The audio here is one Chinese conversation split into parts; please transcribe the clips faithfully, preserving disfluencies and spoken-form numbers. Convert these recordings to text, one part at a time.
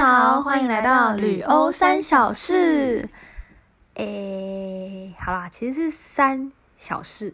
好，欢迎来到旅欧三小事。诶，好啦，其实是三小事。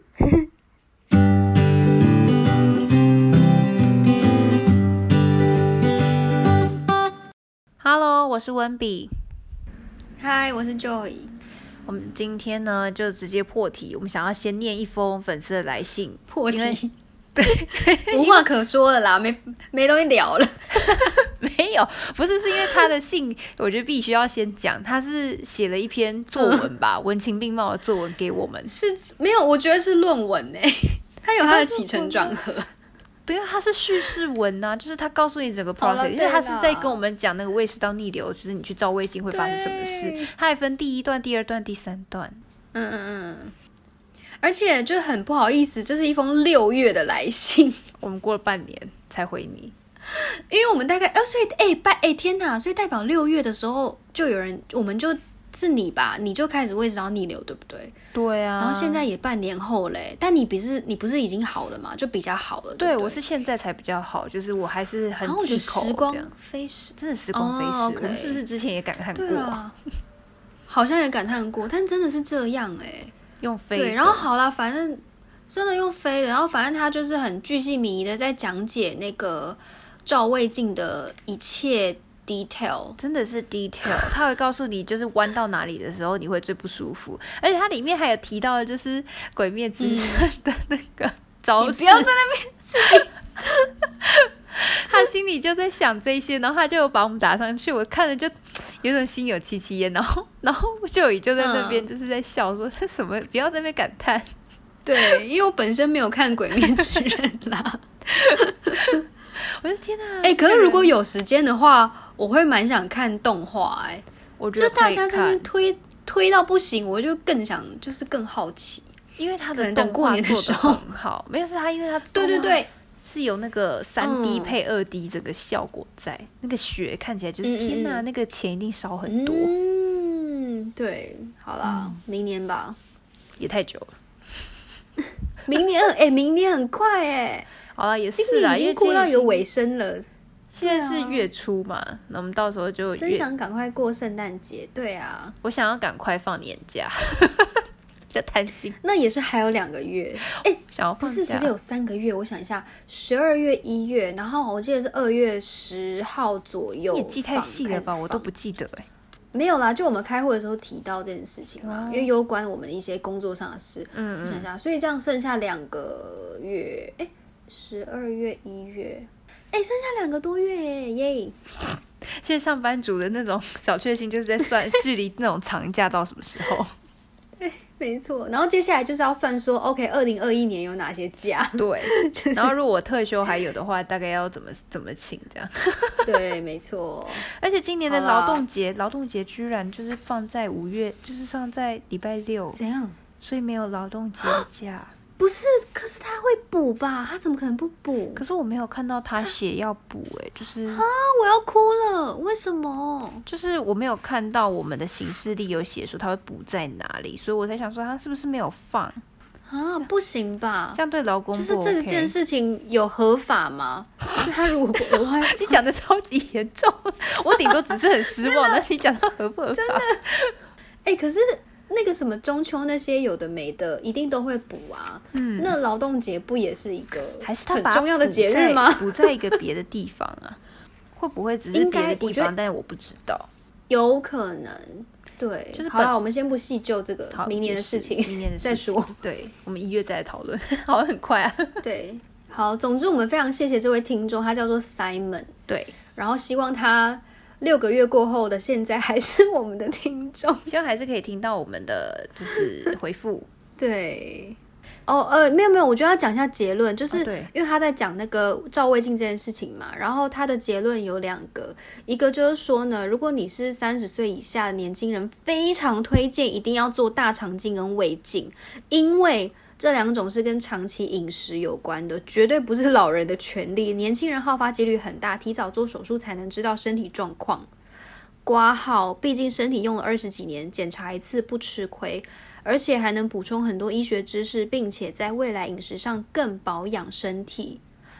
Hello， 我是温比。 嗨，我是 Joy。 我们今天呢，就直接破题。我们想要先念一封粉丝的来信。 破题，对，无话可说了啦，没没东西聊了。 没有，不是，是因为他的信，我觉得必须要先讲。他是写了一篇作文吧，嗯、文情并茂的作文给我们。 是没有，我觉得是论文诶、欸，他有他的起承转合。 对啊，他是叙事文啊，就是他告诉你整个 process， 因为他是在跟我们讲那个胃食道逆流，就是你去照胃镜会发生什么事。他还分第一段、第二段、第三段。嗯嗯嗯。而且就很不好意思，这是一封六月的来信， 我们过了半年才回你， 因为我们大概，哦，所以哎拜哎天哪，所以代表六月的时候就有人，我们就是你吧，你就开始胃食道逆流，对不对？ 对啊。 然后现在也半年后嘞，但你不是你不是已经好了嘛？就比较好了。对， 对我是现在才比较好，就是我还是很忌口， 时光飞逝， 真的时光飞逝。 哦 okay， 我们是不是之前也感叹过？ 对啊，好像也感叹过，但真的是这样哎、欸。 用飞的对，然后好啦，反正真的用飞的，然后反正他就是很巨细靡遗的在讲解那个照胃镜的一切 detail， 真的是 detail， 他会告诉你就是弯到哪里的时候你会最不舒服，而且它里面还有提到的就是鬼灭之刃的那个招式， 你不要在那边自己。 他心里就在想这些，然后他就有把我们打上去，我看了就有种心有戚戚焉，然后然后就就在那边就是在笑说他什么，不要在那边感叹。 对，因为我本身没有看《鬼灭之刃》啦。 我的天哪！ 哎、欸，可是如果有时间的话，我会蛮想看动画哎、欸。 我觉得就大家在那边推推到不行，我就更想就是更好奇， 因为他的动画做得很好。没有，是他因为他对对对。 是有那个三 D 配二 D 这个效果在，嗯、那个血看起来就是、嗯、天哪，那个钱一定少很多。 嗯，对，好啦，嗯、明年吧， 也太久了。 明年哎、欸，明年很快哎、欸， 好啦，也是啦， 已经过到一个尾声了。 现在是月初嘛，那、啊、我们到时候就真想赶快过圣诞节。对啊， 我想要赶快放年假。比较贪心， 那也是还有两个月，哎、欸，不是，其实有三个月。我想一下，十二月、一月，然后我记得是二月十号左右。 你也记太细了吧？我都不记得哎、欸。 没有啦，就我们开会的时候提到这件事情啦，哦、因为攸关我们一些工作上的事。嗯，我想一下，所以这样剩下两个月，哎、欸，十二月、一月，哎、欸，剩下两个多月耶耶。 现在上班族的那种小确幸，就是在算距离那种长假到什么时候。 对，没错。然后接下来就是要算说 ，OK， 二零二一年有哪些假？ 对， 就是、 然后如果我特休还有的话，大概要怎么怎么请这样？ 对，没错。 而且今年的劳动节，劳动节居然就是放在五月，就是放在礼拜六， 怎样？ 所以没有劳动节的假。 不是，可是他会补吧？他怎么可能不补？ 可是我没有看到他写要补，哎，就是啊，我要哭了！为什么？ 就是我没有看到我们的行事历有写说他会补在哪里，所以我才想说他是不是没有放啊？不行吧？ 这样对劳工不 OK？ 就是这件事情有合法吗？就他如果额外， 你讲的超级严重，我顶多只是很失望，但你讲到合不合法？ 真的，哎、欸，可是。那个什么中秋那些有的没的，一定都会补啊。嗯，那劳动节不也是一个很重要的节日吗？ 补在一个别的地方啊？会不会只是别的地方？但是我不知道， 有可能。对，就是好了，我们先不细究这个明年的事情， 明年的再说。 对，我们一月再来讨论，好像很快啊。 对，好，总之我们非常谢谢这位听众，他叫做 Simon。 对， 然后希望他。六个月过后的现在还是我们的听众， 希望还是可以听到我们的就是回复。 对，哦呃，没有没有，我觉得要讲一下结论，就是因为他在讲那个照胃镜这件事情嘛，然后他的结论有两个，一个就是说呢，如果你是三十岁以下的年轻人，非常推荐一定要做大肠镜跟胃镜，因为这两种是跟长期饮食有关的，绝对不是老人的权利。年轻人好发几率很大，提早做手术才能知道身体状况。挂号，毕竟身体用了二十几年，检查一次不吃亏，而且还能补充很多医学知识，并且在未来饮食上更保养身体。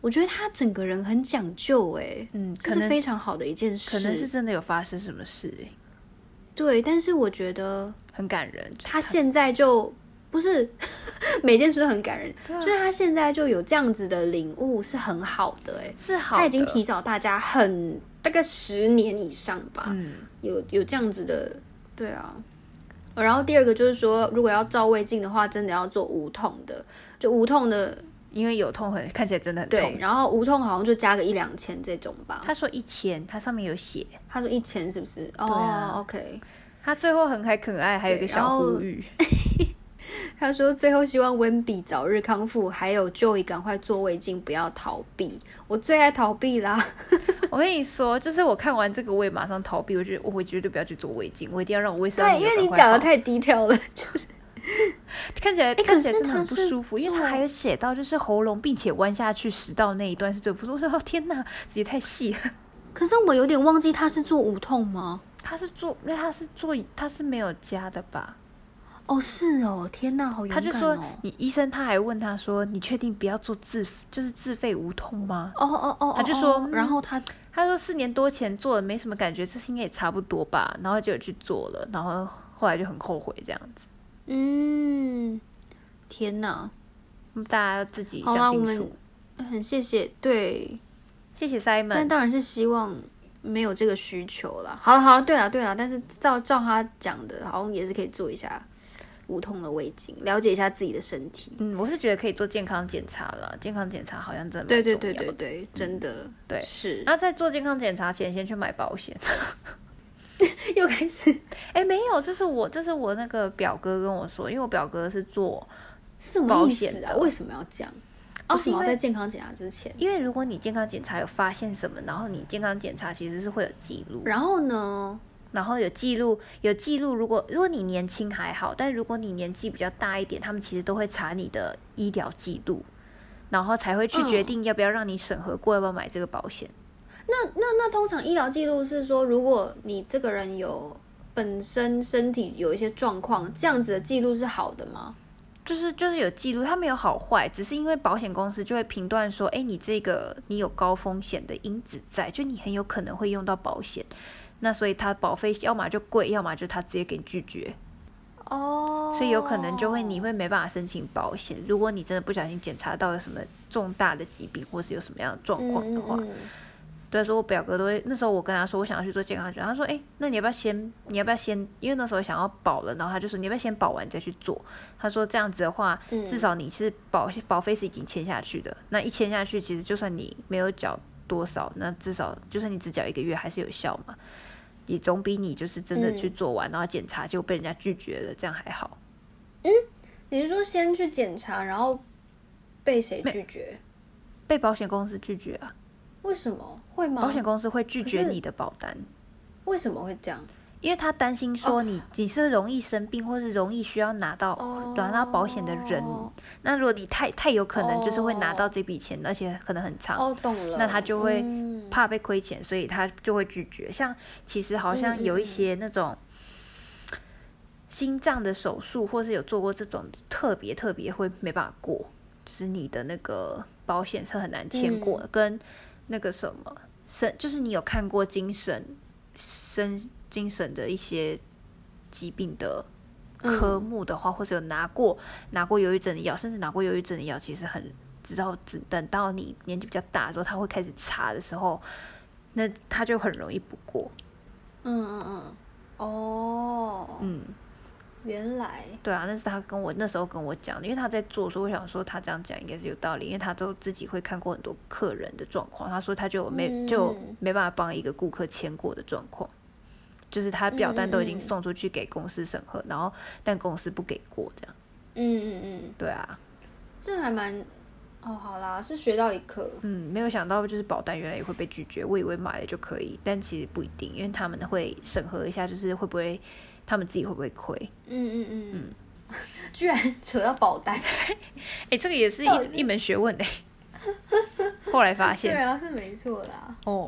我觉得他整个人很讲究哎， 嗯， 这是非常好的一件事， 可能是真的有发生什么事哎。 对，但是我觉得很感人， 他现在就不是每件事都很感人，啊、就是他现在就有这样子的领悟是很好的哎， 是好的， 他已经提早大家很大概十年以上吧，嗯，有有这样子的，对啊。然后第二个就是说，如果要照胃镜的话，真的要做无痛的，就无痛的。 因为有痛很看起来真的很痛， 对，然后无痛好像就加个一两千这种吧。 他说一千，他上面有写。 他说一千是不是？哦、 啊 ，OK。 他最后很还可爱，还有一个小呼吁。 他说最后希望温比早日康复，还有 Joey 赶快做胃镜，不要逃避。我最爱逃避啦。 我跟你说，就是我看完这个，我也马上逃避。我觉得我会绝对不要去做胃镜，我一定要让我胃酸。 对，因为你讲的太低调了，就是。 看起来、欸、看起来真的很不舒服，因为他还有写到就是喉咙并且弯下去食道那一段是最不舒服。我说天哪，直接太细了。 可是我有点忘记他是做无痛吗？ 他是做，那他是做，他是没有加的吧？ 哦，是哦，天哪，好勇敢哦。 他就说，你医生他还问他说，你确定不要做自就是自费无痛吗？ 哦哦哦， 他就说， 哦、然后他他说四年多前做的没什么感觉，这次应该也差不多吧。然后就去做了，然后后来就很后悔这样子。 嗯，天哪！ 大家自己想清楚。 啊、很谢谢，对， 谢谢 Simon。 但当然是希望没有这个需求啦。好了好了，对了对了，但是照照他讲的，好像也是可以做一下无痛的胃镜，了解一下自己的身体。 嗯，我是觉得可以做健康检查啦，健康检查好像真的蛮重要的。 对对对对对，真的、嗯、 对是。 然后在做健康检查前，先去买保险。 又开始哎、欸，没有，这是我这是我那个表哥跟我说，因为我表哥是做什么意思啊？为什么要这样？为什么要在健康检查之前？ 因为如果你健康检查有发现什么，然后你健康检查其实是会有记录。 然后呢？ 然后有记录，有记录。如果如果你年轻还好，但如果你年纪比较大一点，他们其实都会查你的医疗记录，然后才会去决定要不要让你审核过要不要买这个保险。 那那那通常医疗记录是说，如果你这个人有本身身体有一些状况，这样子的记录是好的吗？ 就是就是有记录，它没有好坏，只是因为保险公司就会评断说，哎，你这个你有高风险的因子在，就你很有可能会用到保险，那所以它保费要么就贵，要么就他直接给你拒绝。哦， oh. 所以有可能就会你会没办法申请保险。如果你真的不小心检查到有什么重大的疾病，或是有什么样的状况的话。嗯嗯对，说我表哥都会，那时候我跟他说我想要去做健康检查，他说，哎，那你要不要先，你要不要先，因为那时候想要保了，然后他就说你要不要先保完再去做？他说这样子的话，嗯、至少你是保保费是已经签下去的，那一签下去，其实就算你没有缴多少，那至少就算你只缴一个月还是有效嘛，也总比你就是真的去做完，嗯、然后检查结果被人家拒绝了，这样还好。 嗯，你是说先去检查，然后被谁拒绝？ 被保险公司拒绝啊？ 为什么会吗？ 保险公司会拒绝你的保单。 为什么会这样？ 因为他担心说你、oh. 你是容易生病，或是容易需要拿到、oh. 拿到保险的人。那如果你太太有可能就是会拿到这笔钱， oh. 而且可能很长， oh, 懂了， 那他就会怕被亏钱，所以他就会拒绝。像其实好像有一些那种心脏的手术，或是有做过这种特别特别会没办法过，就是你的那个保险是很难签过的，嗯、跟那个什么神，就是你有看过精神身精神的一些疾病的科目的话，嗯、或是有拿过拿过忧郁症的药，甚至拿过忧郁症的药，其实很直到只等到你年纪比较大的时候，他会开始查的时候，那他就很容易不过。 嗯嗯嗯，哦，嗯。原来对啊，那是他跟我那时候跟我讲的，因为他在做，所以我想说他这样讲应该是有道理，因为他都自己会看过很多客人的状况，他说他就没、嗯、就没办法帮一个顾客签过的状况，就是他表单都已经送出去给公司审核，嗯、然后但公司不给过这样。嗯嗯嗯，对啊， 这还蛮哦，好啦，是学到一课。 嗯，没有想到就是保单原来也会被拒绝，我以为买了就可以，但其实不一定，因为他们会审核一下，就是会不会。他们自己会不会亏？嗯嗯嗯嗯，居然扯到保单， 哎、欸，这个也是一一门学问哎、欸。后来发现， 对啊，是没错啦。 哦，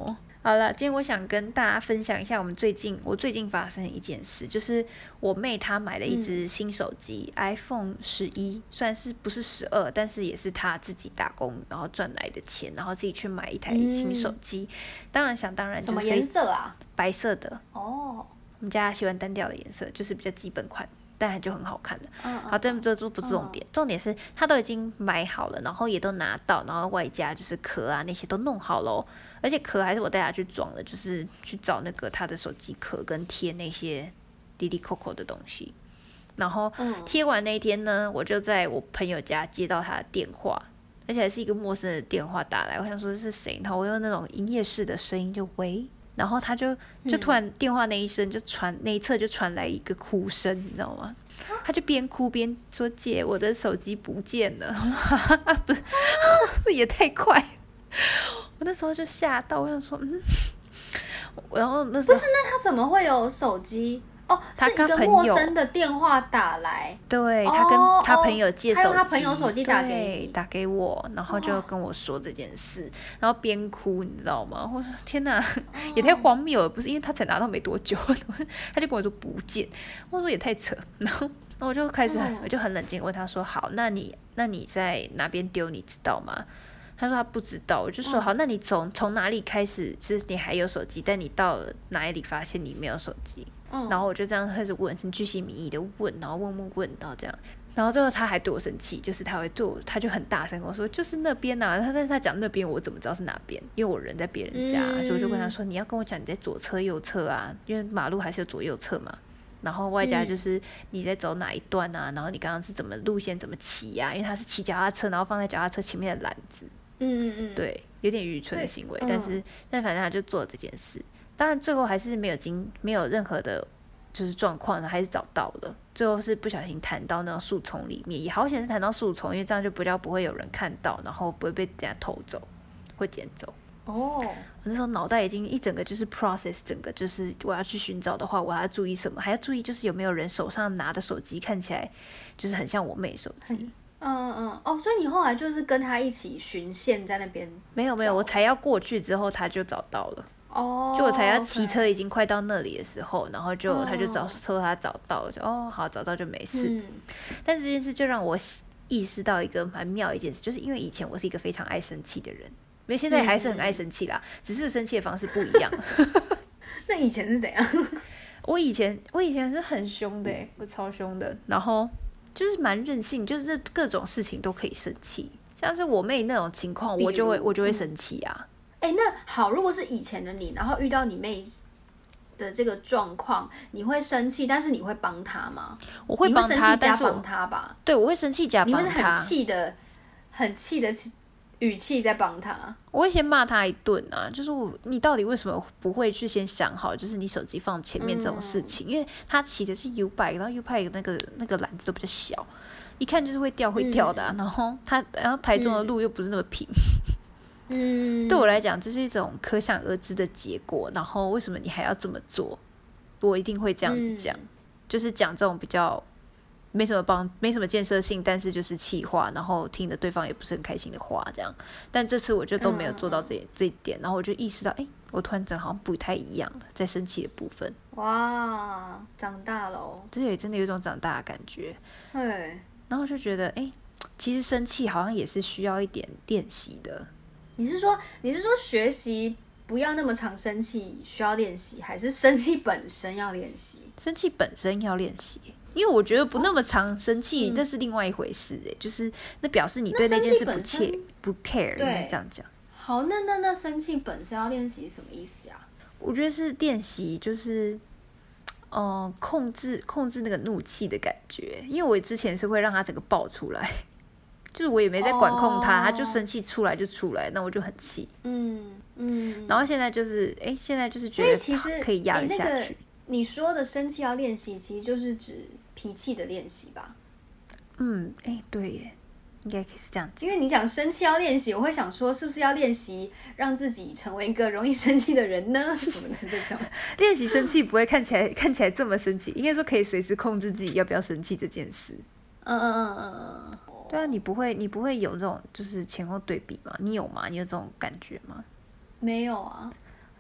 好了，今天我想跟大家分享一下我们最近我最近发生的一件事，就是我妹她买了一只新手机、嗯、iPhone 十一，虽然是不是十二，但是也是她自己打工然后赚来的钱，然后自己去买一台新手机、嗯、当然想当然就是什么颜色啊？ 白色的哦， 我们家喜欢单调的颜色，就是比较基本款，但就很好看的。 嗯、 好，但这不是重点，嗯、重点是他都已经买好了，然后也都拿到，然后外加就是壳啊那些都弄好了，而且壳还是我带他去装的，就是去找那个他的手机壳跟贴那些滴滴扣扣的东西。然后贴完那一天呢，我就在我朋友家接到他的电话，而且还是一个陌生的电话打来，我想说是谁，然后我用那种营业式的声音就喂。然后他就就突然电话那一声就传那一侧就传来一个哭声，你知道吗？他就边哭边说：“姐，我的手机不见了。”不是，这也太快！我那时候就吓到，我想说，嗯，然后那时候不是，那他怎么会有手机？哦，是一个陌生的电话打来， 对，他跟他朋友借手机， 他用他朋友手机打给你， 打给我，然后就跟我说这件事，然后边哭，你知道吗？我说天哪，也太荒谬了！不是因为他才拿到没多久，他就跟我说不见，我说也太扯，然后我就开始很我就很冷静问他说，好，那你那你在哪边丢，你知道吗？他说他不知道，我就说好，那你从从哪里开始，就是你还有手机，但你到了哪里发现你没有手机？然后我就这样开始问，很鉅细靡遗的问，然后问问问，然后这样，然后最后他还对我生气，就是他会对我，他就很大声跟我说，就是那边啊，他但是他讲那边，我怎么知道是哪边？因为我人在别人家，嗯、所以我就跟他说，你要跟我讲你在左侧右侧啊，因为马路还是有左右侧嘛。然后外加就是你在走哪一段啊，然后你刚刚是怎么路线怎么骑啊？因为他是骑脚踏车，然后放在脚踏车前面的篮子， 嗯嗯嗯， 对，有点愚蠢的行为， 嗯、 但是但反正他就做了这件事。当然最后还是没有经没有任何的，就是状况呢，还是找到了。最后是不小心弹到那种树丛里面，也好险是弹到树丛，因为这样就比较不会有人看到，然后不会被人家偷走，会捡走。 哦，我那时候脑袋已经一整个就是 process， 整个就是我要去寻找的话，我还要注意什么？还要注意就是有没有人手上拿的手机看起来就是很像我妹手机。 嗯嗯哦，所以你后来就是跟他一起巡线在那边？ 没有没有，我才要过去之后他就找到了。 哦， 就我才要骑车，已经快到那里的时候， okay. 然后就他就找说他找到了，就哦好找到就没事。嗯、但这件事就让我意识到一个蛮妙一件事，就是因为以前我是一个非常爱生气的人，因为现在还是很爱生气啦，嗯、只是生气的方式不一样。 那以前是怎样？ 我以前我以前是很凶的、欸，我超凶的，然后就是蛮任性，就是各种事情都可以生气，像是我妹那种情况，我就会我就会生气啊。 哎、欸，那好，如果是以前的你，然后遇到你妹的这个状况，你会生气，但是你会帮她吗？ 我会帮她，但是帮她吧。 对，我会生气加帮她。 你会是很气的、很气的语气在帮她。 我会先骂她一顿啊，就是我，你到底为什么不会去先想好，就是你手机放前面这种事情？嗯、因为她骑的是 U bike， 然后 U bike 那个那个篮子都比较小，一看就是会掉会掉的、啊嗯。然后她，然后台中的路又不是那么平。嗯嗯， 对我来讲，这是一种可想而知的结果。然后为什么你还要这么做？我一定会这样子讲，嗯、就是讲这种比较没什么帮、没什么建设性，但是就是气话，然后听的对方也不是很开心的话，这样。但这次我就都没有做到这、嗯、这一点，然后我就意识到，哎，我突然真好像不太一样了，在生气的部分。 哇，长大了哦！ 这也真的有一种长大的感觉。 对。 然后就觉得，哎，其实生气好像也是需要一点练习的。 你是说你是说学习不要那么常生气需要练习，还是生气本身要练习？ 生气本身要练习，因为我觉得不那么常生气，那、哦、是另外一回事哎、欸，就是那表示你对那件事不切不 care， 应该这样讲。 好，那那那生气本身要练习什么意思啊？ 我觉得是练习，就是嗯、呃、控制控制那个怒气的感觉，因为我之前是会让它整个爆出来。就是我也没在管控他， oh. 他就生气出来就出来，那我就很气。 嗯嗯。 然后现在就是，哎、欸，现在就是觉得其实可以压得下去、欸那個。 你说的生气要练习，其实就是指脾气的练习吧？ 嗯，哎、欸，对耶，应该可以是这样子。 因为你讲生气要练习，我会想说，是不是要练习让自己成为一个容易生气的人呢？什么的这种。 练习生气不会看起来看起来这么生气，应该说可以随时控制自己要不要生气这件事。 嗯嗯嗯嗯嗯。 对啊，你不会，你不会有这种就是前后对比吗？你有吗？你有这种感觉吗？ 没有啊。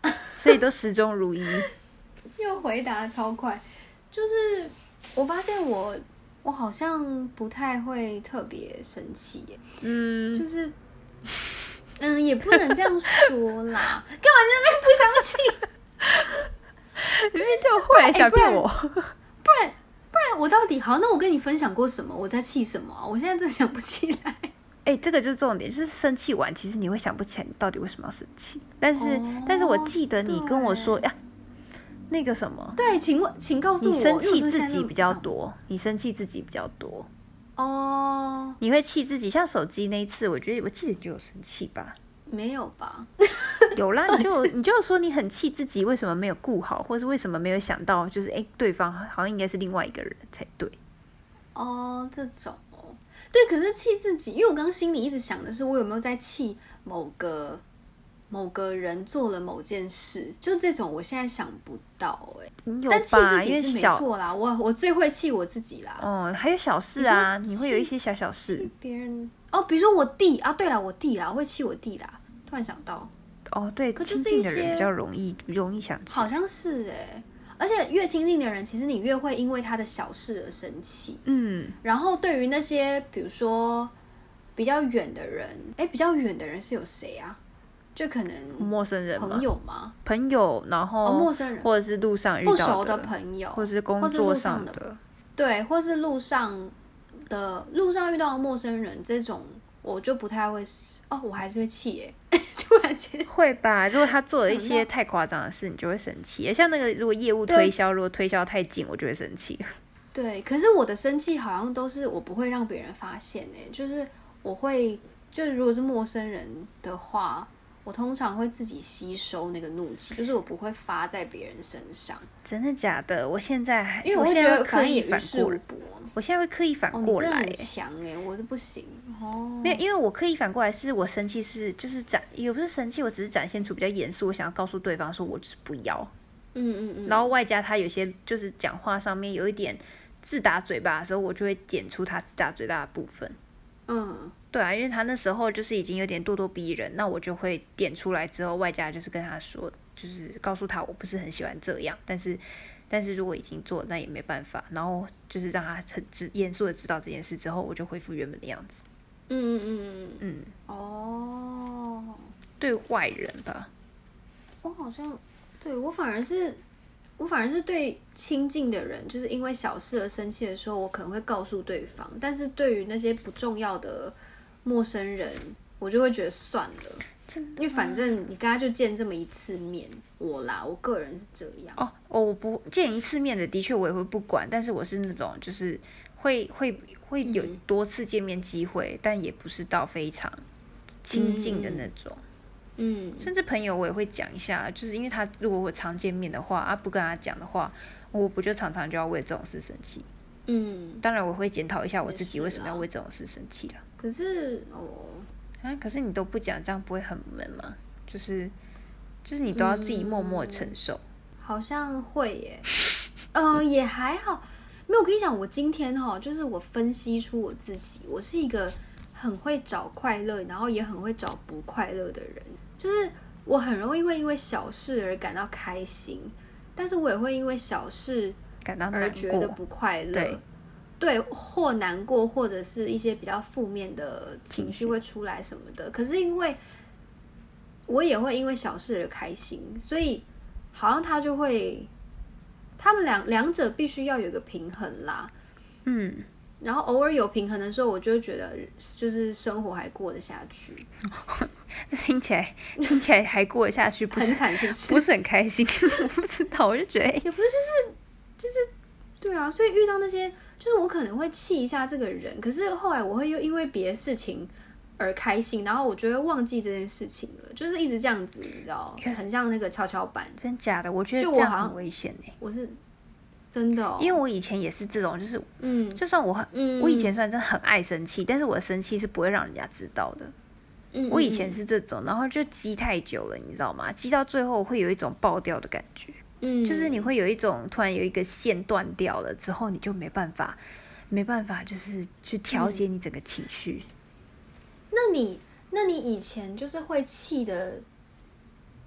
所以都始终如一。 又回答超快，就是我发现我我好像不太会特别生气耶，嗯，就是嗯也不能这样说啦，干嘛那边不相信？ 明明就会想骗我， 不然不然我到底好？那我跟你分享过什么？我在气什么、啊？我现在真想不起来。 哎、欸，这个就是重点，就是生气完，其实你会想不起来你到底为什么要生气。但是，哦、但是我记得你跟我说呀，那个什么， 对，请问，请告诉我， 你生气自己比较多，你生气自己比较多。哦，你会气自己，像手机那一次，我觉得我记得就有生气吧。 没有吧？ 有啦，你就你就说你很气自己为什么没有顾好，或是为什么没有想到，就是哎、欸，对方好像应该是另外一个人才对。 哦，这种哦，对，可是气自己，因为我刚刚心里一直想的是，我有没有在气某个某个人做了某件事，就这种，我现在想不到哎、欸。 有吧？ 但气自己是没错啦，我我最会气我自己啦。 哦，还有小事啊，你, 你会有一些小小事， 别人哦，比如说我弟啊，对啦，我弟啦，我会气我弟啦。突然想到， 哦，对，亲近的人比较容易容易想起， 好像是哎、欸，而且越亲近的人，其实你越会因为他的小事而生气，嗯，然后对于那些比如说比较远的人，哎，比较远的人是有谁啊？就可能陌生人、 朋友吗？ 朋友，然后、 哦、陌生人， 或者是路上遇到的不熟的朋友， 或者是工作上的， 上的对，或是路上的路上遇到的陌生人这种。我就不太会哦，我还是会气耶，突然间会吧？如果他做了一些太夸张的事，你就会生气。像那个如果业务推销，如果推销太近，我就会生气。 对，可是我的生气好像都是我不会让别人发现诶，就是我会，就是如果是陌生人的话，我通常会自己吸收那个怒气，就是我不会发在别人身上。 真的假的？我现在还因为我会觉得刻意反过来， 我现在会刻意反过来、欸， 哦、你真的很强哎，我是不行哦。 没有，因为我刻意反过来，是我生气是就是展，也不是生气，我只是展现出比较严肃，我想要告诉对方说我就是不要，嗯嗯嗯。然后外加他有些就是讲话上面有一点自打嘴巴的时候，我就会点出他自打嘴巴的部分。嗯，对啊，因为他那时候就是已经有点咄咄逼人，那我就会点出来之后，外加就是跟他说，就是告诉他我不是很喜欢这样，但是但是如果已经做了，那也没办法，然后就是让他很严肃的知道这件事之后，我就恢复原本的样子。嗯嗯嗯嗯哦，对外人吧， 我好像对我反而是。我反而是对亲近的人，就是因为小事而生气的时候，我可能会告诉对方。但是对于那些不重要的陌生人，我就会觉得算了，因为反正你跟他就见这么一次面，我啦，我个人是这样。 哦，我不见一次面的，的确我也会不管，但是我是那种就是会会会有多次见面机会，嗯、但也不是到非常亲近的那种。嗯嗯，甚至朋友我也会讲一下，就是因为他如果我常见面的话，啊不跟他讲的话，我不就常常就要为这种事生气。嗯，当然我会检讨一下我自己为什么要为这种事生气啦。 可是哦， 啊，可是你都不讲，这样不会很闷吗？就是就是你都要自己默默承受。 嗯、好像会耶，呃，也还好。没有，我跟你讲，我今天哈，就是我分析出我自己，我是一个很会找快乐，然后也很会找不快乐的人。就是我很容易会因为小事而感到开心，但是我也会因为小事感到而觉得不快乐，对，对，或难过，或者是一些比较负面的情绪会出来什么的。可是因为我也会因为小事而开心，所以好像他就会，他们两两者必须要有一个平衡啦，嗯。然后偶尔有平衡的时候，我就会觉得就是生活还过得下去。 听起来听起来还过得下去，不是很惨，是不是？ 不是很开心，我不知道，我就觉得也不是，就是就是对啊。所以遇到那些，就是我可能会气一下这个人，可是后来我会又因为别的事情而开心，然后我就会忘记这件事情了，就是一直这样子，你知道，很像那个跷跷板。 真假的？我觉得这样很危险哎、欸。 我是。真的、哦， 因为我以前也是这种，就是，嗯，就算我很，嗯、我以前算真的很爱生气，但是我的生气是不会让人家知道的。嗯，我以前是这种，然后就积太久了，你知道吗？积到最后会有一种爆掉的感觉，嗯，就是你会有一种突然有一个线断掉了之后，你就没办法，没办法，就是去调节你整个情绪。 嗯、那你，那你以前就是会气的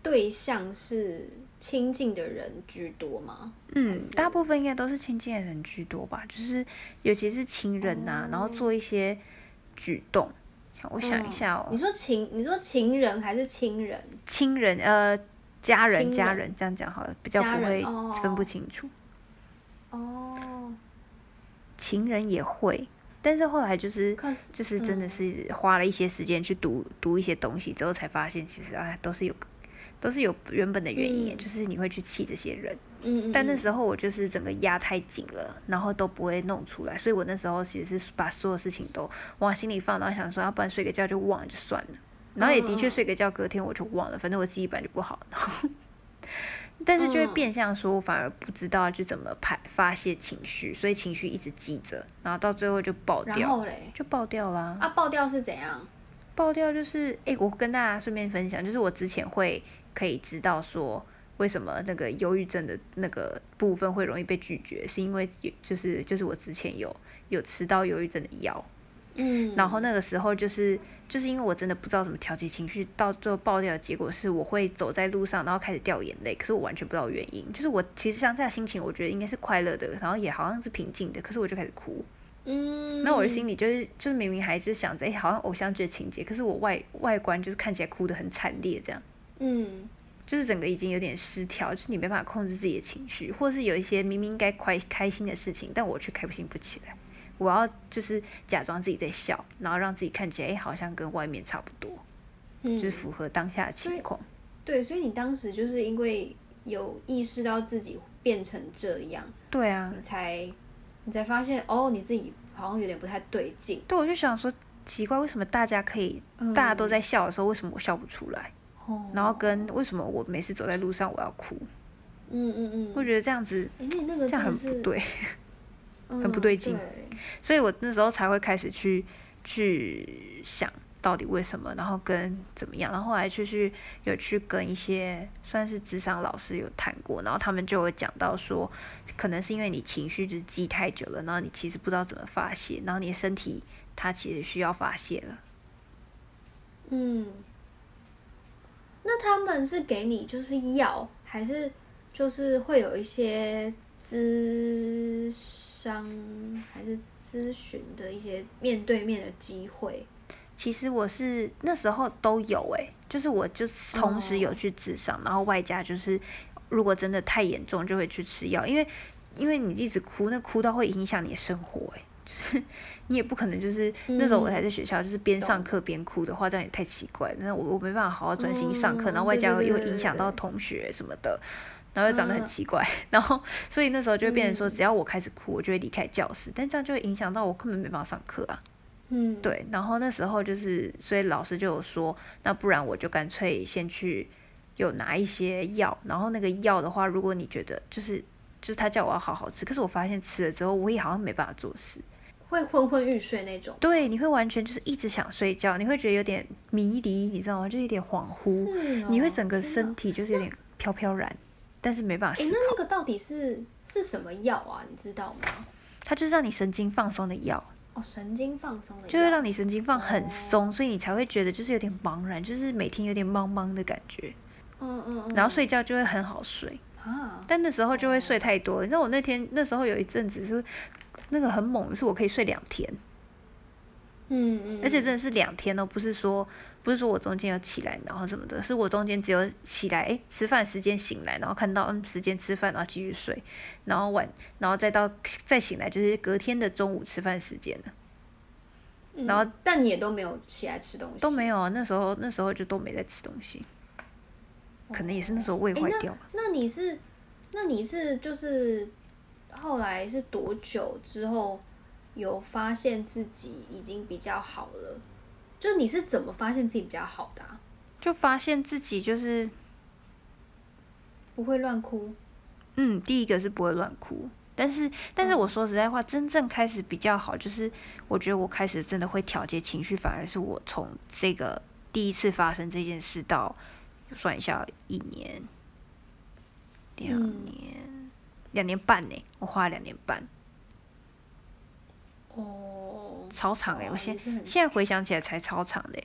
对象是亲近的人居多吗？ 嗯，大部分应该都是亲近的人居多吧，就是尤其是亲人呐、啊哦，然后做一些举动。我想一下哦， 嗯、你说情，你说情人还是亲人？ 亲人，呃，家人，家人这样讲好了，比较不会分不清楚。 哦， 情人也会，但是后来就是就是真的是花了一些时间去读、嗯、读一些东西之后，才发现其实啊都是有都是有原本的原因、嗯，就是你会去气这些人。嗯, 嗯但那时候我就是整个压太紧了，然后都不会弄出来，所以我那时候其实是把所有事情都往心里放，然后想说，要不然睡个觉就忘了就算了。然后也的确睡个觉，隔天我就忘了，反正我记忆本来就不好。然后但是就会变相说，我反而不知道就怎么排发泄情绪，所以情绪一直积着，然后到最后就爆掉。 然后嘞， 就爆掉啦。 啊，爆掉是怎样？ 爆掉就是，哎、欸，我跟大家顺便分享，就是我之前会可以知道说，为什么那个忧郁症的那个部分会容易被拒绝，是因为就是就是我之前有有吃到忧郁症的药。嗯，然后那个时候就是就是因为我真的不知道怎么调节情绪，到最后爆掉的结果是我会走在路上，然后开始掉眼泪，可是我完全不知道原因。就是我其实当下心情，我觉得应该是快乐的，然后也好像是平静的，可是我就开始哭。嗯，那我的心里就是就是明明还是想着，哎、欸，好像偶像剧的情节，可是我外外观就是看起来哭得很惨烈这样。嗯，就是整个已经有点失调，就是你没办法控制自己的情绪，或是有一些明明应该快开心的事情，但我却开心不起来。我要就是假装自己在笑，然后让自己看起来，哎、欸，好像跟外面差不多，嗯，就是符合当下的情况。 对，所以你当时就是因为有意识到自己变成这样， 对啊， 你才你才发现哦，你自己好像有点不太对劲。 对，我就想说，奇怪，为什么大家可以，嗯、大家都在笑的时候，为什么我笑不出来？哦、然后跟为什么我每次走在路上我要哭？嗯嗯嗯，我觉得这样子， 欸、那那个这样很不对。 嗯、 很不对劲， 对， 所以我那时候才会开始去去想到底为什么，然后跟怎么样，然后后来就是有去跟一些算是諮商老师有谈过，然后他们就会讲到说，可能是因为你情绪就是积太久了，然后你其实不知道怎么发泄，然后你的身体它其实需要发泄了。 嗯，那他们是给你就是药，还是就是会有一些咨商还是咨询的一些面对面的机会？ 其实我是那时候都有哎、欸，就是我就是同时有去咨商， oh. 然后外加就是如果真的太严重就会去吃药，因为因为你一直哭，那哭到会影响你的生活哎、欸，就是你也不可能就是那时候我还在学校，就是边上课边哭的话，这样也太奇怪了。那我我没办法好好专心上课，然后外加又影响到同学什么的。然后又长得很奇怪，嗯、然后所以那时候就会变成说，只要我开始哭，我就会离开教室，但这样就会影响到我根本没办法上课啊。嗯，对。然后那时候就是，所以老师就有说，那不然我就干脆先去有拿一些药，然后那个药的话，如果你觉得就是就是他叫我要好好吃，可是我发现吃了之后，我也好像没办法做事， 会昏昏欲睡那种。 对，你会完全就是一直想睡觉，你会觉得有点迷离，你知道吗？就有点恍惚， 哦、 你会整个身体就是有点飘飘然。但是没办法思考。 欸、那那个到底是是什么药啊？你知道吗？ 它就是让你神经放松的药。 哦，神经放松的药。 就会让你神经放很松、哦，所以你才会觉得就是有点茫然，就是每天有点茫茫的感觉。嗯嗯嗯。然后睡觉就会很好睡。啊。但那时候就会睡太多了。你知道我那天那时候有一阵子是那个很猛的是我可以睡两天。嗯嗯。而且真的是两天哦，不是说。不是说我中间有起来然后什么的，是我中间只有起来，哎，吃饭时间醒来，然后看到嗯时间吃饭，然后继续睡，然后晚，然后再到再醒来就是隔天的中午吃饭时间了。 嗯、然后，但你也都没有起来吃东西。 都没有啊，那时候那时候就都没在吃东西，可能也是那时候胃坏掉、 欸、那, 那你是，那你是就是后来是多久之后有发现自己已经比较好了？就你是怎么发现自己比较好的、啊？ 就发现自己就是不会乱哭。 嗯，第一个是不会乱哭，但是但是我说实在话，嗯、真正开始比较好，就是我觉得我开始真的会调节情绪，反而是我从这个第一次发生这件事到算一下，一年、两年、嗯、两年半呢，我花了两年半。哦。超长哎、欸！我现现在回想起来才超长的、欸，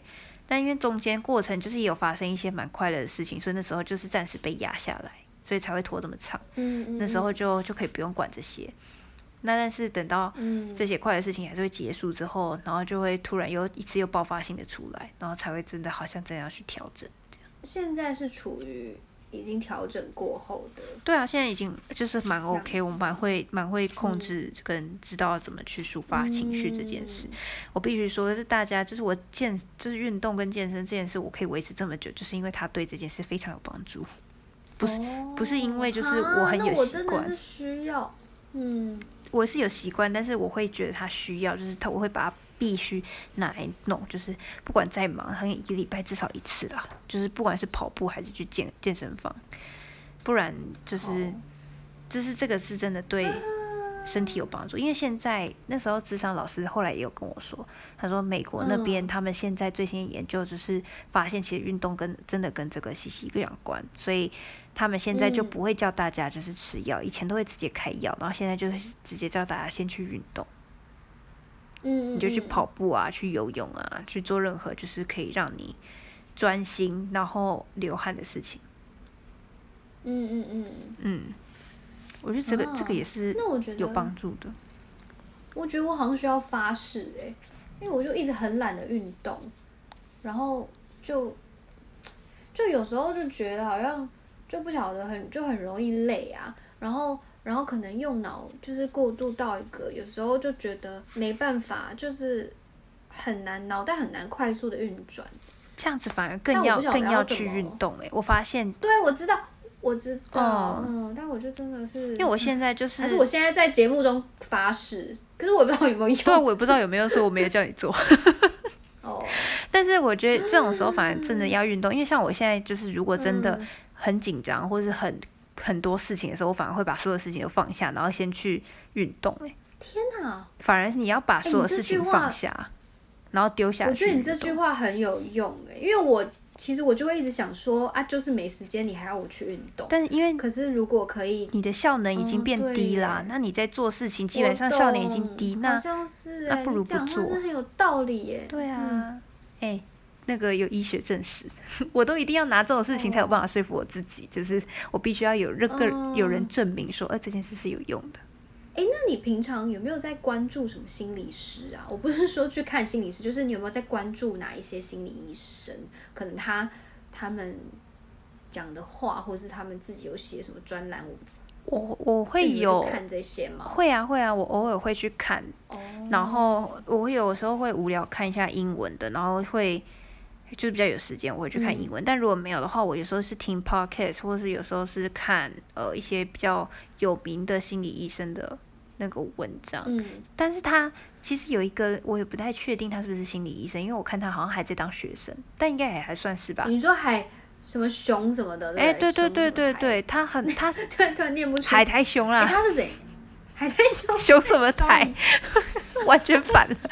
但因为中间过程就是也有发生一些蛮快乐的事情，所以那时候就是暂时被压下来，所以才会拖这么长。 嗯嗯， 那时候就就可以不用管这些。那但是等到这些快乐的事情还是会结束之后，然后就会突然又一次又爆发性的出来，然后才会真的好像真的要去调整。 现在是处于已经调整过后的。 对啊，现在已经就是蛮 OK， 我蛮会蛮会控制跟知道怎么去抒发情绪这件事。嗯、我必须说，是大家就是我健就是运动跟健身这件事，我可以维持这么久，就是因为它对这件事非常有帮助。不是、哦、不是因为就是我很有习惯， 我真的是需要，嗯， 我是有习惯，但是我会觉得它需要，就是它我会把它必须拿来弄，就是不管再忙，好像一个礼拜至少一次啦，就是不管是跑步还是去健健身房，不然就是、哦、就是这个是真的对身体有帮助。因为现在那时候諮商老师后来也有跟我说，他说美国那边他们现在最新研究就是发现，其实运动跟真的跟这个息息相关，所以他们现在就不会叫大家就是吃药，嗯、以前都会直接开药，然后现在就是直接叫大家先去运动。 嗯， 你就去跑步啊，去游泳啊，去做任何就是可以让你专心然后流汗的事情。 嗯嗯嗯嗯，我觉得这个、啊、这个也是有帮助的。 我觉得我好像需要发誓哎、欸，因为我就一直很懒得运动，然后就就有时候就觉得好像就不晓得很就很容易累啊，然后。然后可能用脑就是过度到一个，有时候就觉得没办法，就是很难，脑袋很难快速的运转。 这样子反而更要更要去运动哎、欸！我发现， 对，我知道，我知道，嗯，嗯但我就真的是， 因为我现在就是， 还是我现在在节目中发誓，可是我不知道有没有用。 对，我也不知道有没有说我没有叫你做。哦，但是我觉得这种时候反而真的要运动，因为像我现在就是，如果真的很紧张或是很。很多事情的时候，我反而会把所有事情都放下，然后先去运动、欸。 天哪！ 反而你要把所有事情放下，欸、然后丢下去。 我觉得你这句话很有用哎、欸，因为我其实我就会一直想说啊，就是没时间，你还要我去运动。 但是因为可是如果可以， 你的效能已经变低啦，嗯、那你在做事情基本上效能已经低，那好像是、欸、 那不如不做。 你讲话真的很有道理耶、欸。 对啊，哎、嗯。欸那个有医学证实，我都一定要拿这种事情才有办法说服我自己， oh. 就是我必须要有任何有人证明说，呃，这件事是有用的。 哎，那你平常有没有在关注什么心理师啊？我不是说去看心理师，就是你有没有在关注哪一些心理医生？可能他他们讲的话，或是他们自己有写什么专栏， 我我会有看这些吗？ 会啊会啊，我偶尔会去看， oh. 然后我有时候会无聊看一下英文的，然后会。就是比较有时间，我会去看英文、嗯。但如果没有的话，我有时候是听 podcast， 或是有时候是看呃一些比较有名的心理医生的那个文章。嗯，但是他其实有一个，我也不太确定他是不是心理医生，因为我看他好像还在当学生，但应该也还算是吧。 你说海什么熊什么的？ 哎，对对对对对，他很他对对念不出海苔熊啦。 他是怎样？海苔熊熊什么苔？完全反了。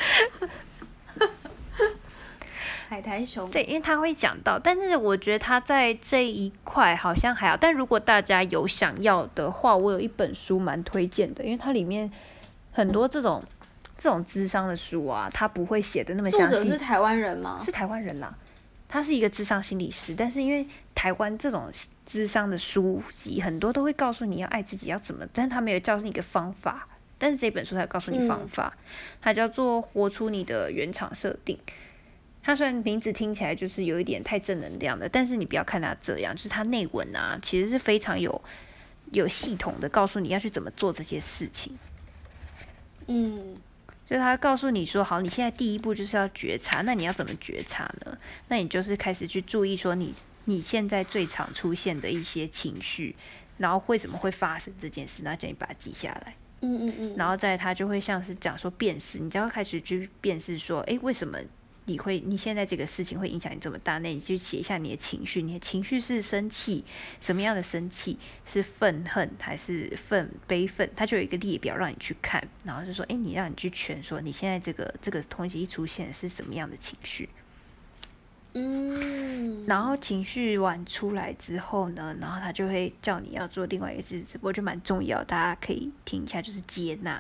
海苔熊对，因为他会讲到，但是我觉得他在这一块好像还好。但如果大家有想要的话，我有一本书蛮推荐的，因为它里面很多这种这种諮商的书啊，他不会写的那么详细。 作者是台湾人吗？ 是台湾人啦，他是一个諮商心理师，但是因为台湾这种諮商的书籍很多都会告诉你要爱自己要怎么，但是他没有教你一个方法。但是这本书他告诉你方法，嗯、它叫做活出你的原厂设定。它虽然名字听起来就是有一点太正能量的，但是你不要看它这样，就是它内文啊，其实是非常有有系统的告诉你要去怎么做这些事情。嗯，就是他告诉你说，好，你现在第一步就是要觉察，那你要怎么觉察呢？那你就是开始去注意说你你现在最常出现的一些情绪，然后为什么会发生这件事，然后叫你把它记下来。嗯嗯嗯，然后再他就会像是讲说辨识，你就要开始去辨识说，哎，为什么？你会，你现在这个事情会影响你这么大，那你就写一下你的情绪。你的情绪是生气，什么样的生气？是愤恨还是愤悲愤？它就有一个列表让你去看，然后就说，哎，你让你去圈说，你现在这个这个东西一出现是什么样的情绪？嗯，然后情绪完出来之后呢，然后他就会叫你要做另外一个字，我觉得蛮重要，大家可以听一下，就是接纳。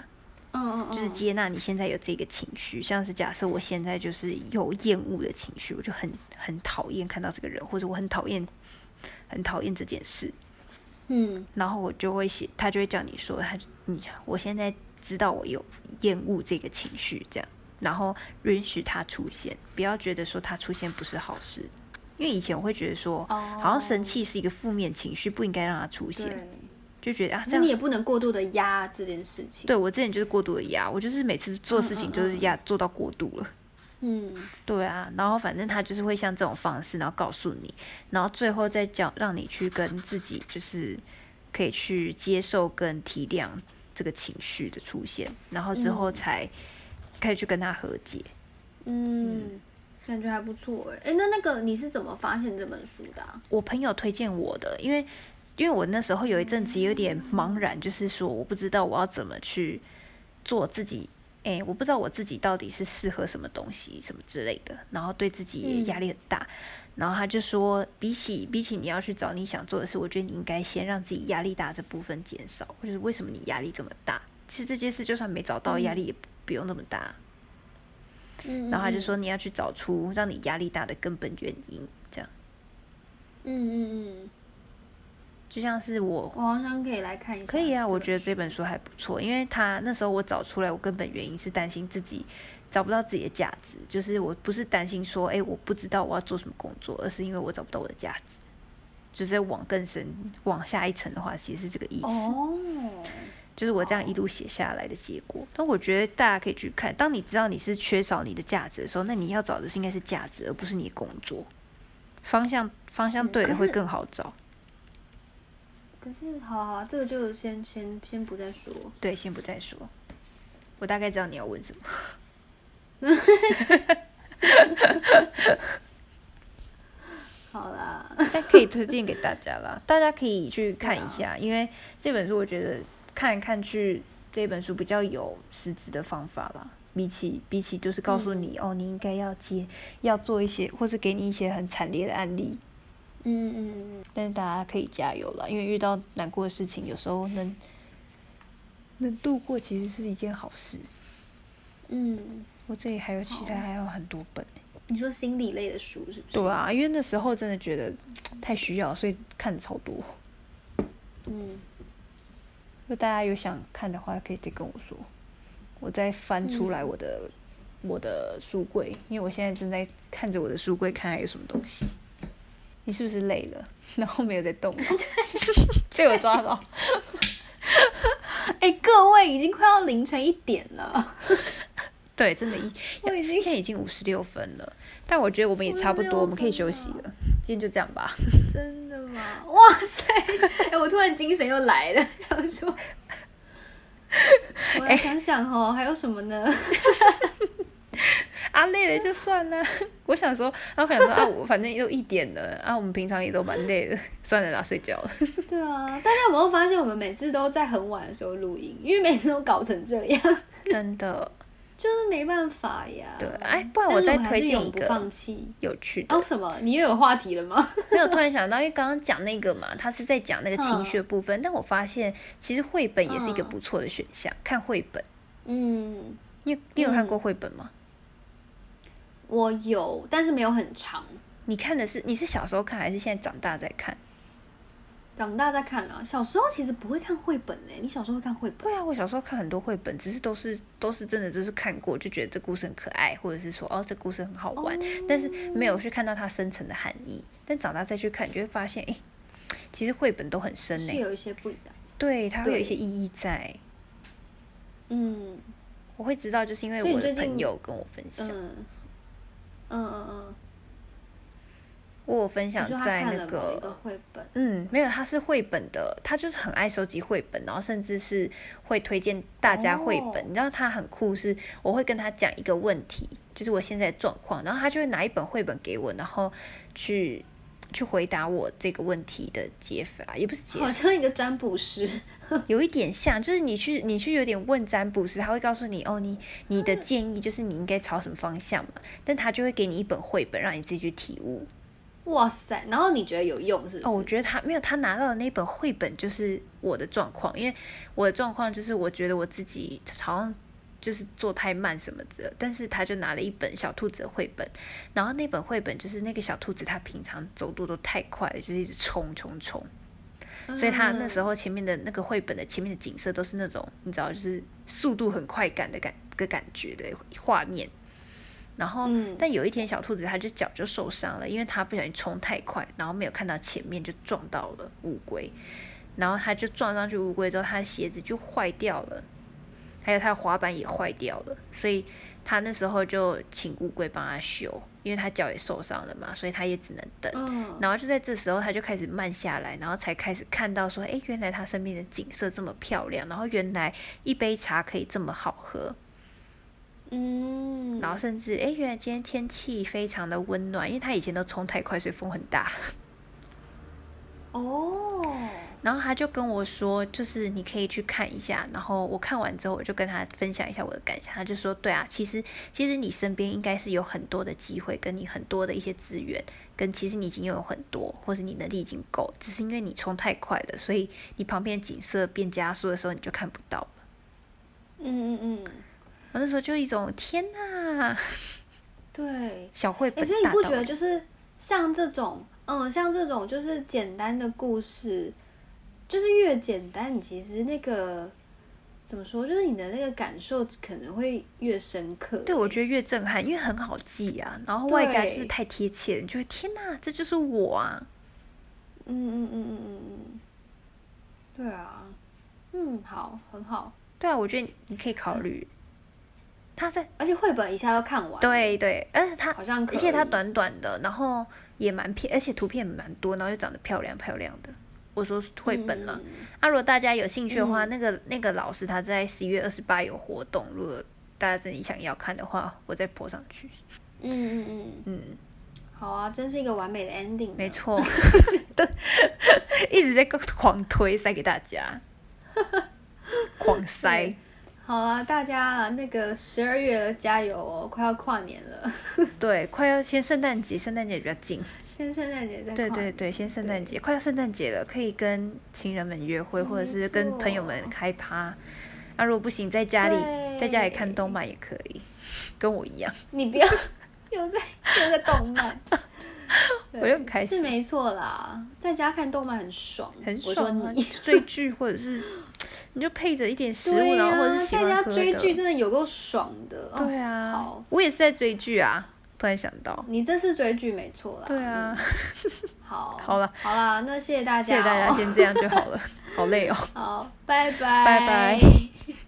嗯嗯， 就是接纳你现在有这个情绪，像是假设我现在就是有厌恶的情绪，我就很很讨厌看到这个人，或者我很讨厌很讨厌这件事， 嗯， 然后我就会写，他就会叫你说，他你我现在知道我有厌恶这个情绪，这样，然后允许它出现，不要觉得说它出现不是好事，因为以前我会觉得说， 哦、 好像生气是一个负面情绪，不应该让它出现。就觉得啊， 可是你也不能过度的压这件事情。 对，我之前就是过度的压，我就是每次做事情就是压、嗯嗯嗯、做到过度了。 嗯， 对啊，然后反正他就是会像这种方式，然后告诉你，然后最后再讲让你去跟自己就是可以去接受跟体谅这个情绪的出现，然后之后才可以去跟他和解。 嗯，嗯感觉还不错哎。哎，那那个你是怎么发现这本书的、啊？ 我朋友推荐我的，因为。因为我那时候有一阵子有点茫然，就是说我不知道我要怎么去做自己，哎，我不知道我自己到底是适合什么东西什么之类的，然后对自己也压力很大。嗯、然后他就说，比起比起你要去找你想做的事，我觉得你应该先让自己压力大这部分减少，或者是为什么你压力这么大？其实这件事就算没找到，压力也不用那么大。嗯、然后他就说你要去找出让你压力大的根本原因，这样。 嗯嗯嗯。 就像是我， 我好像可以来看一下。 可以啊，我觉得这本书还不错，因为他那时候我找出来，我根本原因是担心自己找不到自己的价值，就是我不是担心说，哎，我不知道我要做什么工作，而是因为我找不到我的价值。就是往更深、往下一层的话，其实是这个意思。哦，就是我这样一路写下来的结果。但我觉得大家可以去看，当你知道你是缺少你的价值的时候，那你要找的是应该是价值，而不是你的工作。方向方向对了会更好找。 可是，好好，这个就先先先不再说。 对，先不再说。我大概知道你要问什么。 好啦， 但可以推荐给大家啦，大家可以去看一下，因为这本书我觉得看来看去，这本书比较有实质的方法啦。比起比起就是告诉你、嗯、哦，你应该要接要做一些，或是给你一些很惨烈的案例。 嗯嗯嗯， 但是大家可以加油啦，因为遇到难过的事情，有时候能能度过，其实是一件好事。 嗯， 我这里还有其他还有很多本、欸。 你说心理类的书是不是？ 对啊，因为那时候真的觉得太需要，所以看的超多。 嗯， 如果大家有想看的话，可以再跟我说，我再翻出来我的、嗯、我的书柜，因为我现在正在看着我的书柜，看还有什么东西。你是不是累了？然后没有在动？这个我抓到。 哎、欸，各位，已经快要凌晨一点了。 对，真的， 我已经现在已经五十六分了，但我觉得我们也差不多，我们可以休息了。今天就这样吧。 真的吗？哇塞！哎、欸，我突然精神又来了，想说，我来想想哦，欸、还有什么呢？ 啊，累了就算了。我想说，然后想说啊，我反正都一点了啊，我们平常也都蛮累的，算了啦，睡觉了。 对啊，大家有没有发现我们每次都在很晚的时候录音，因为每次都搞成这样。 真的。 就是没办法呀。 对，哎，不然我再推荐一个有趣的。 哦，什么？你又有话题了吗？ 没有，突然想到，因为刚刚讲那个嘛，他是在讲那个情绪的部分，但我发现其实绘本也是一个不错的选项，看绘本。 嗯， 你你有看过绘本吗？ 我有，但是没有很长。 你看的是你是小时候看还是现在长大在看？ 长大在看啊，小时候其实不会看绘本诶、欸。你小时候会看绘本？ 对啊，我小时候看很多绘本，只是都是都是真的就是看过，就觉得这故事很可爱，或者是说哦这故事很好玩，哦、但是没有去看到它深层的含义。但长大再去看，你就会发现，哎，其实绘本都很深诶、欸， 是有一些不一样。 对，它会有一些意义在。 嗯， 我会知道，就是因为我的朋友跟我分享。 嗯嗯嗯嗯。 我有分享在那个绘本， 嗯，没有，他是绘本的，他就是很爱收集绘本，然后甚至是会推荐大家绘本。哦、你知道他很酷是，我会跟他讲一个问题，就是我现在的状况，然后他就会拿一本绘本给我，然后去去回答我这个问题的解法，也不是解法， 好像一个占卜师， 有一点像，就是你去你去有点问占卜师，他会告诉你哦，你你的建议就是你应该朝什么方向嘛，但他就会给你一本绘本，让你自己去体悟。 哇塞！然后你觉得有用是不是？ 哦，我觉得他没有，他拿到的那本绘本就是我的状况，因为我的状况就是我觉得我自己好像就是做太慢什么的，但是他就拿了一本小兔子的绘本，然后那本绘本就是那个小兔子，它平常走路都太快了，就是一直冲冲冲，所以他那时候前面的那个绘本的前面的景色都是那种你知道，就是速度很快感的感的感觉的画面。然后，嗯、但有一天小兔子它就脚就受伤了，因为它不小心冲太快，然后没有看到前面就撞到了乌龟，然后它就撞上去乌龟之后，它的鞋子就坏掉了，还有它的滑板也坏掉了，所以他那时候就请乌龟帮他修，因为他脚也受伤了嘛，所以他也只能等。嗯、然后就在这时候，他就开始慢下来，然后才开始看到说，哎，原来他身边的景色这么漂亮，然后原来一杯茶可以这么好喝。嗯，然后甚至哎，原来今天天气非常的温暖，因为他以前都冲太快，所以风很大。哦，然后他就跟我说，就是你可以去看一下。然后我看完之后，我就跟他分享一下我的感想。他就说，对啊，其实其实你身边应该是有很多的机会，跟你很多的一些资源，跟其实你已经拥有很多，或是你能力已经够，只是因为你冲太快了，所以你旁边景色变加速的时候，你就看不到了。嗯嗯嗯。我那时候就一种天哪， 对， 小绘本大道理。 所以你不觉得就是像这种，嗯，像这种就是简单的故事，就是越简单，你其实那个怎么说，就是你的那个感受可能会越深刻。 对，我觉得越震撼，因为很好记啊，然后外加就是太贴切了，你就会天哪，这就是我啊！ 嗯嗯嗯嗯嗯嗯，对啊，嗯，好，很好。 对啊，我觉得你可以考虑。他在， 而且绘本一下都看完。 对对，而且它好像可以， 而且它短短的，然后也蛮片，而且图片蛮多，然后又长得漂亮漂亮的。我说绘本了、嗯，啊，如果大家有兴趣的话，嗯、那个那个老师他在十一月二十八有活动，如果大家真的想要看的话，我再 po 上去。嗯嗯嗯嗯，好啊，真是一个完美的 ending。 没错，一直在狂推塞给大家，狂塞。 好啊，大家那个十二月了，加油哦！快要跨年了。 对，快要先圣诞节，圣诞节比较近。 先圣诞节再跨年。 对对对，先圣诞节，快要圣诞节了，可以跟亲人们约会，或者是跟朋友们开趴。啊，如果不行，在家里在家里看动漫也可以，跟我一样。 你不要又在又在动漫。 我就很开心。 是没错啦，在家看动漫很爽， 很爽、啊。 我说你追剧或者是。你就配着一点食物，啊、然后或者是喜欢喝的。 在家追剧真的有够爽的。 对啊， 哦、好， 我也是在追剧啊，突然想到。 你这是追剧没错啦。 对啊。 好。 好了， 好啦，那谢谢大家、哦。 谢谢大家，先这样就好了，好累哦。 好，拜拜。 拜拜。